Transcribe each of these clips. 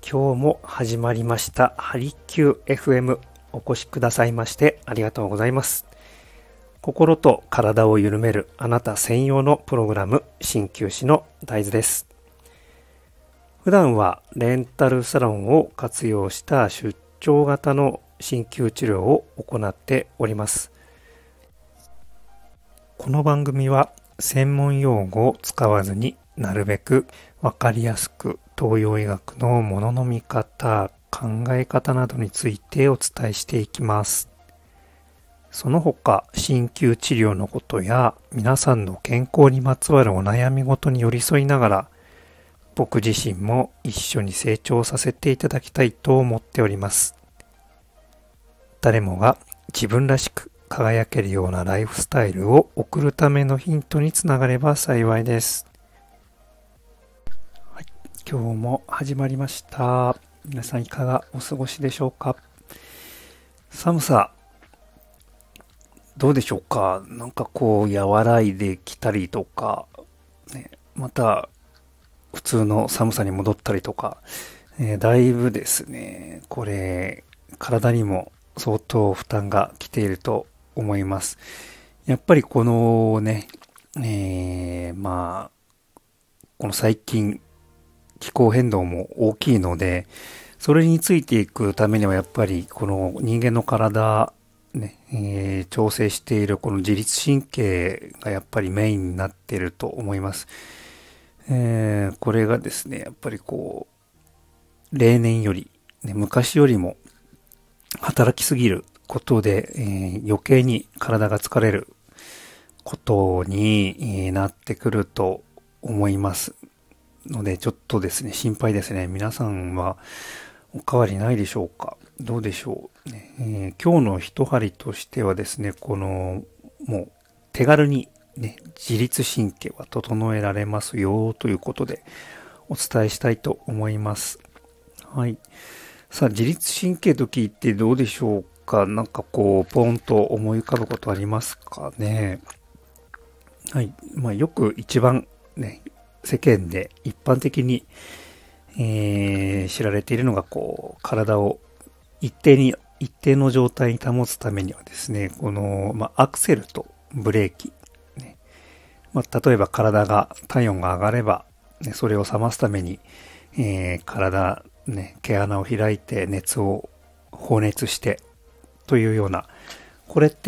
今日も始まりましたハリキュー FM。 お越しくださいましてありがとうございます。心と体を緩めるあなた専用のプログラム、鍼灸師の大豆です。普段はレンタルサロンを活用した出張型の鍼灸治療を行っております。この番組は専門用語を使わずになるべくわかりやすく東洋医学のものの見方、考え方などについてお伝えしていきます。その他、鍼灸治療のことや皆さんの健康にまつわるお悩みごとに寄り添いながら、僕自身も一緒に成長させていただきたいと思っております。誰もが自分らしく輝けるようなライフスタイルを送るためのヒントにつながれば幸いです。今日も始まりました。皆さんいかがお過ごしでしょうか。寒さどうでしょうか。なんか和らいできたりとか、ね、また普通の寒さに戻ったりとか、だいぶですね、これ体にも相当負担が来ていると思います。やっぱりこのね、この最近気候変動も大きいので、それについていくためにはやっぱりこの人間の体、調整しているこの自律神経がやっぱりメインになっていると思います。これがですね、やっぱり例年より、昔よりも働きすぎることで、余計に体が疲れることになってくると思いますので、ちょっとですね、心配ですね。皆さんはお変わりないでしょうか。どうでしょう、今日の一針としてはですね、もう手軽にね、自律神経は整えられますよということでお伝えしたいと思います。はい。さあ、自律神経と聞いてどうでしょうか。なんかポンと思い浮かぶことありますかね。はい。よく一番ね、世間で一般的に、知られているのが体を一定の状態に保つためにはですね、アクセルとブレーキ、ね、例えば体温が上がれば、ね、それを冷ますために、毛穴を開いて放熱してというような、これって、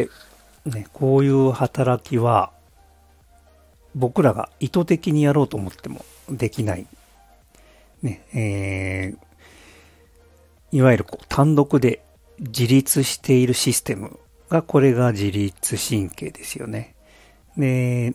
ね、こういう働きは僕らが意図的にやろうと思ってもできない、いわゆる単独で自立しているシステムが、これが自律神経ですよね。で、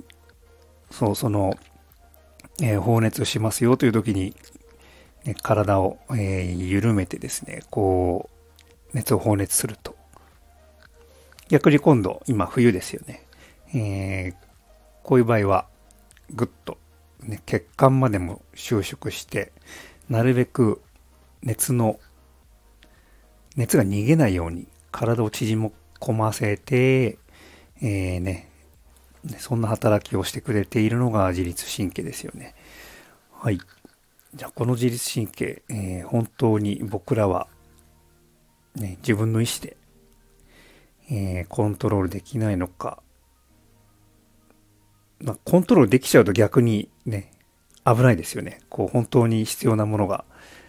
放熱しますよという時に、体を、緩めてですね、熱を放熱すると。逆に今度、今冬ですよね。こういう場合は、ぐっと、血管までも収縮して、なるべく熱が逃げないように体を縮こませて、そんな働きをしてくれているのが自律神経ですよね。はい。じゃあこの自律神経、本当に僕らは、自分の意思で、コントロールできないのか。コントロールできちゃうと逆にね、危ないですよね。本当に必要なものが、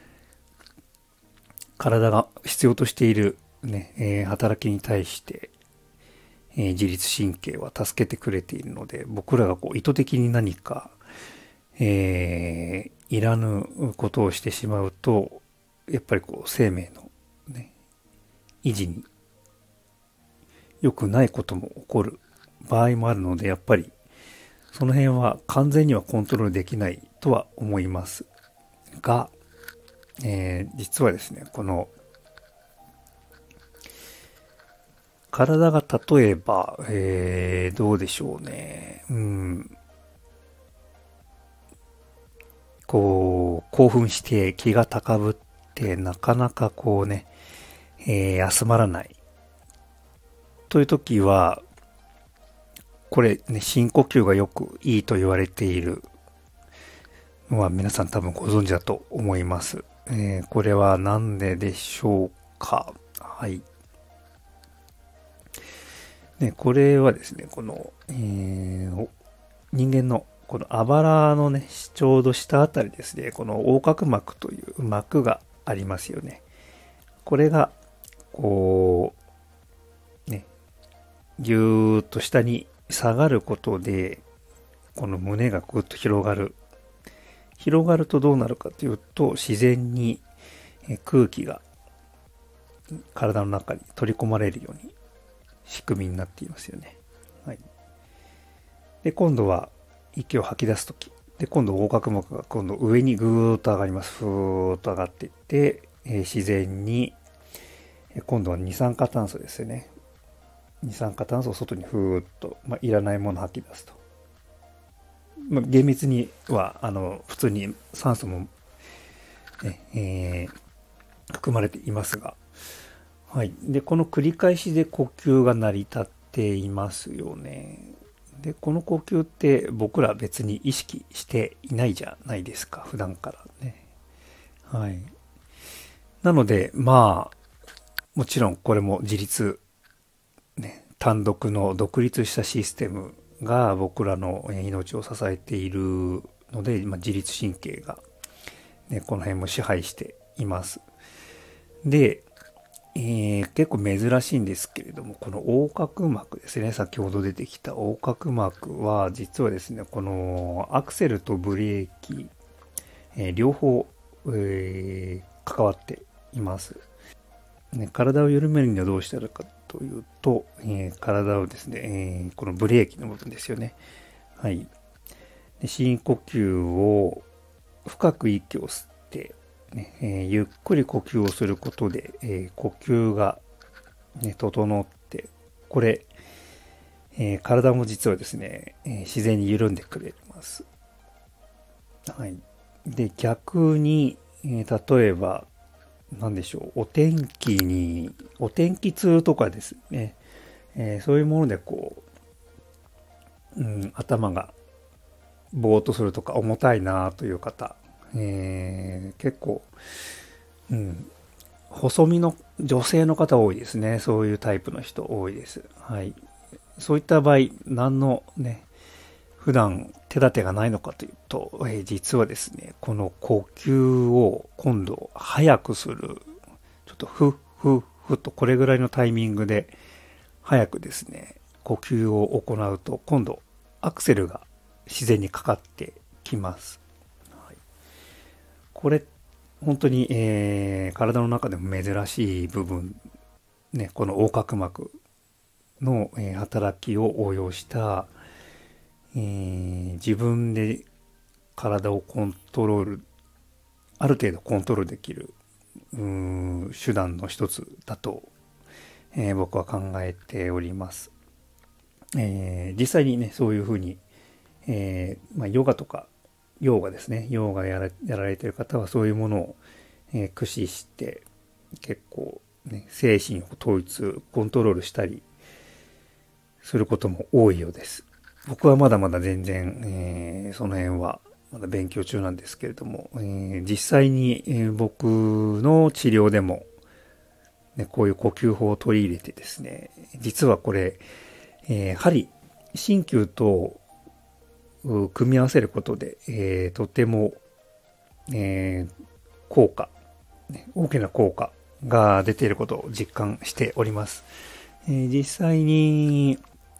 体が必要としている働きに対して、自律神経は助けてくれているので、僕らが意図的に何か、いらぬことをしてしまうと、やっぱり生命の、維持に良くないことも起こる場合もあるので、やっぱりその辺は完全にはコントロールできないとは思いますが、実はですね、体が例えば、どうでしょうね。興奮して気が高ぶってなかなか休まらないという時は、これね、深呼吸がよくいいと言われているのは皆さん多分ご存知だと思います。 これは何ででしょうか。はい。ね、これはですね、この、人間のこのあばらのね、ちょうど下あたりですね、この横隔膜という膜がありますよね。これが、こう、ね、ぎゅーっと下に下がることで、この胸がぐっと広がる。広がるとどうなるかというと、自然に空気が体の中に取り込まれるように仕組みになっていますよね。はい。で、今度は息を吐き出すとき。で、今度横隔膜が今度上にぐーっと上がります。ふーっと上がっていって、自然に、今度は二酸化炭素ですよね。二酸化炭素を外にふーっと、いらないものを吐き出すと。厳密には、普通に酸素も、ね含まれていますが、はい。で、この繰り返しで呼吸が成り立っていますよね。で、この呼吸って僕ら別に意識していないじゃないですか、普段からね。はい。なので、もちろんこれも自立、ね、単独の独立したシステムが僕らの命を支えているので、自律神経が、ね、この辺も支配しています。で、結構珍しいんですけれども、この横隔膜ですね、先ほど出てきた横隔膜は、実はですね、このアクセルとブレーキ、両方、関わっています。ね、体を緩めるにはどうしたらかというと、体をですね、このブレーキの部分ですよね。はい。で、深呼吸を深く息を吸って、ねゆっくり呼吸をすることで、呼吸が、ね、整って、これ、体も実はですね、自然に緩んでくれます。はい。で、逆に、例えば、なんでしょう、お天気痛とかですね、そういうものでこう、頭がぼーっとするとか重たいなという方、結構、うん、細身の女性の方多いですね。そういうタイプの人多いです。はい。そういった場合、何のね、普段手立てがないのかというと、実はですね、この呼吸を今度早くする、ちょっとふっふっふっとこれぐらいのタイミングで早くですね、呼吸を行うと、今度アクセルが自然にかかってきます。はい、これ、本当に、体の中でも珍しい部分、ね、この横隔膜の、働きを応用した、自分で体をコントロール、ある程度コントロールできる手段の一つだと、僕は考えております。実際にね、そういうふうに、ヨガとか、ヨガですね、ヨガやられている方はそういうものを、駆使して結構、ね、精神を統一、コントロールしたりすることも多いようです。僕はまだまだ全然、その辺はまだ勉強中なんですけれども、実際に、僕の治療でも、ね、こういう呼吸法を取り入れてですね、実はこれ、鍼灸と組み合わせることで、とても、効果、大きな効果が出ていることを実感しております。実際に、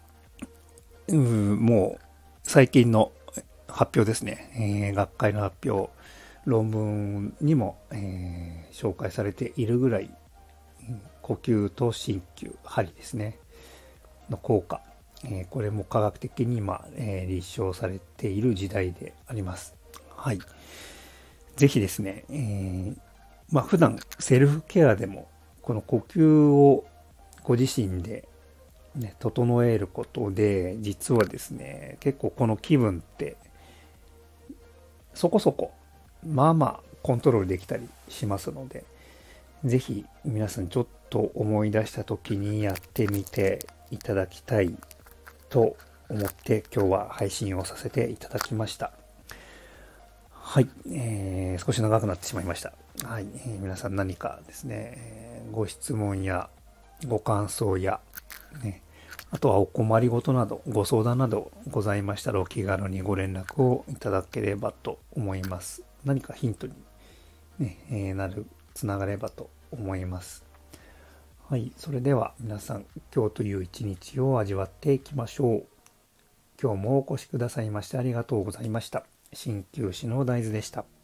もう最近の発表ですね、学会の発表、論文にも、紹介されているぐらい、呼吸と鍼灸、鍼ですね、の効果、これも科学的に今、立証されている時代であります。はい。ぜひですね、普段セルフケアでもこの呼吸をご自身で、ね、整えることで実はですね、結構この気分ってそこそこコントロールできたりしますので、ぜひ皆さんちょっと思い出した時にやってみていただきたいと思って今日は配信をさせていただきました。はい、少し長くなってしまいました。 はい、皆さん何かですね、ご質問やご感想や、ね、あとはお困りごとなど、ご相談などございましたらお気軽にご連絡をいただければと思います。何かヒントに、ねつながればと思います。はい、それでは皆さん、今日という一日を味わっていきましょう。今日もお越しくださいましてありがとうございました。鍼灸師の大豆でした。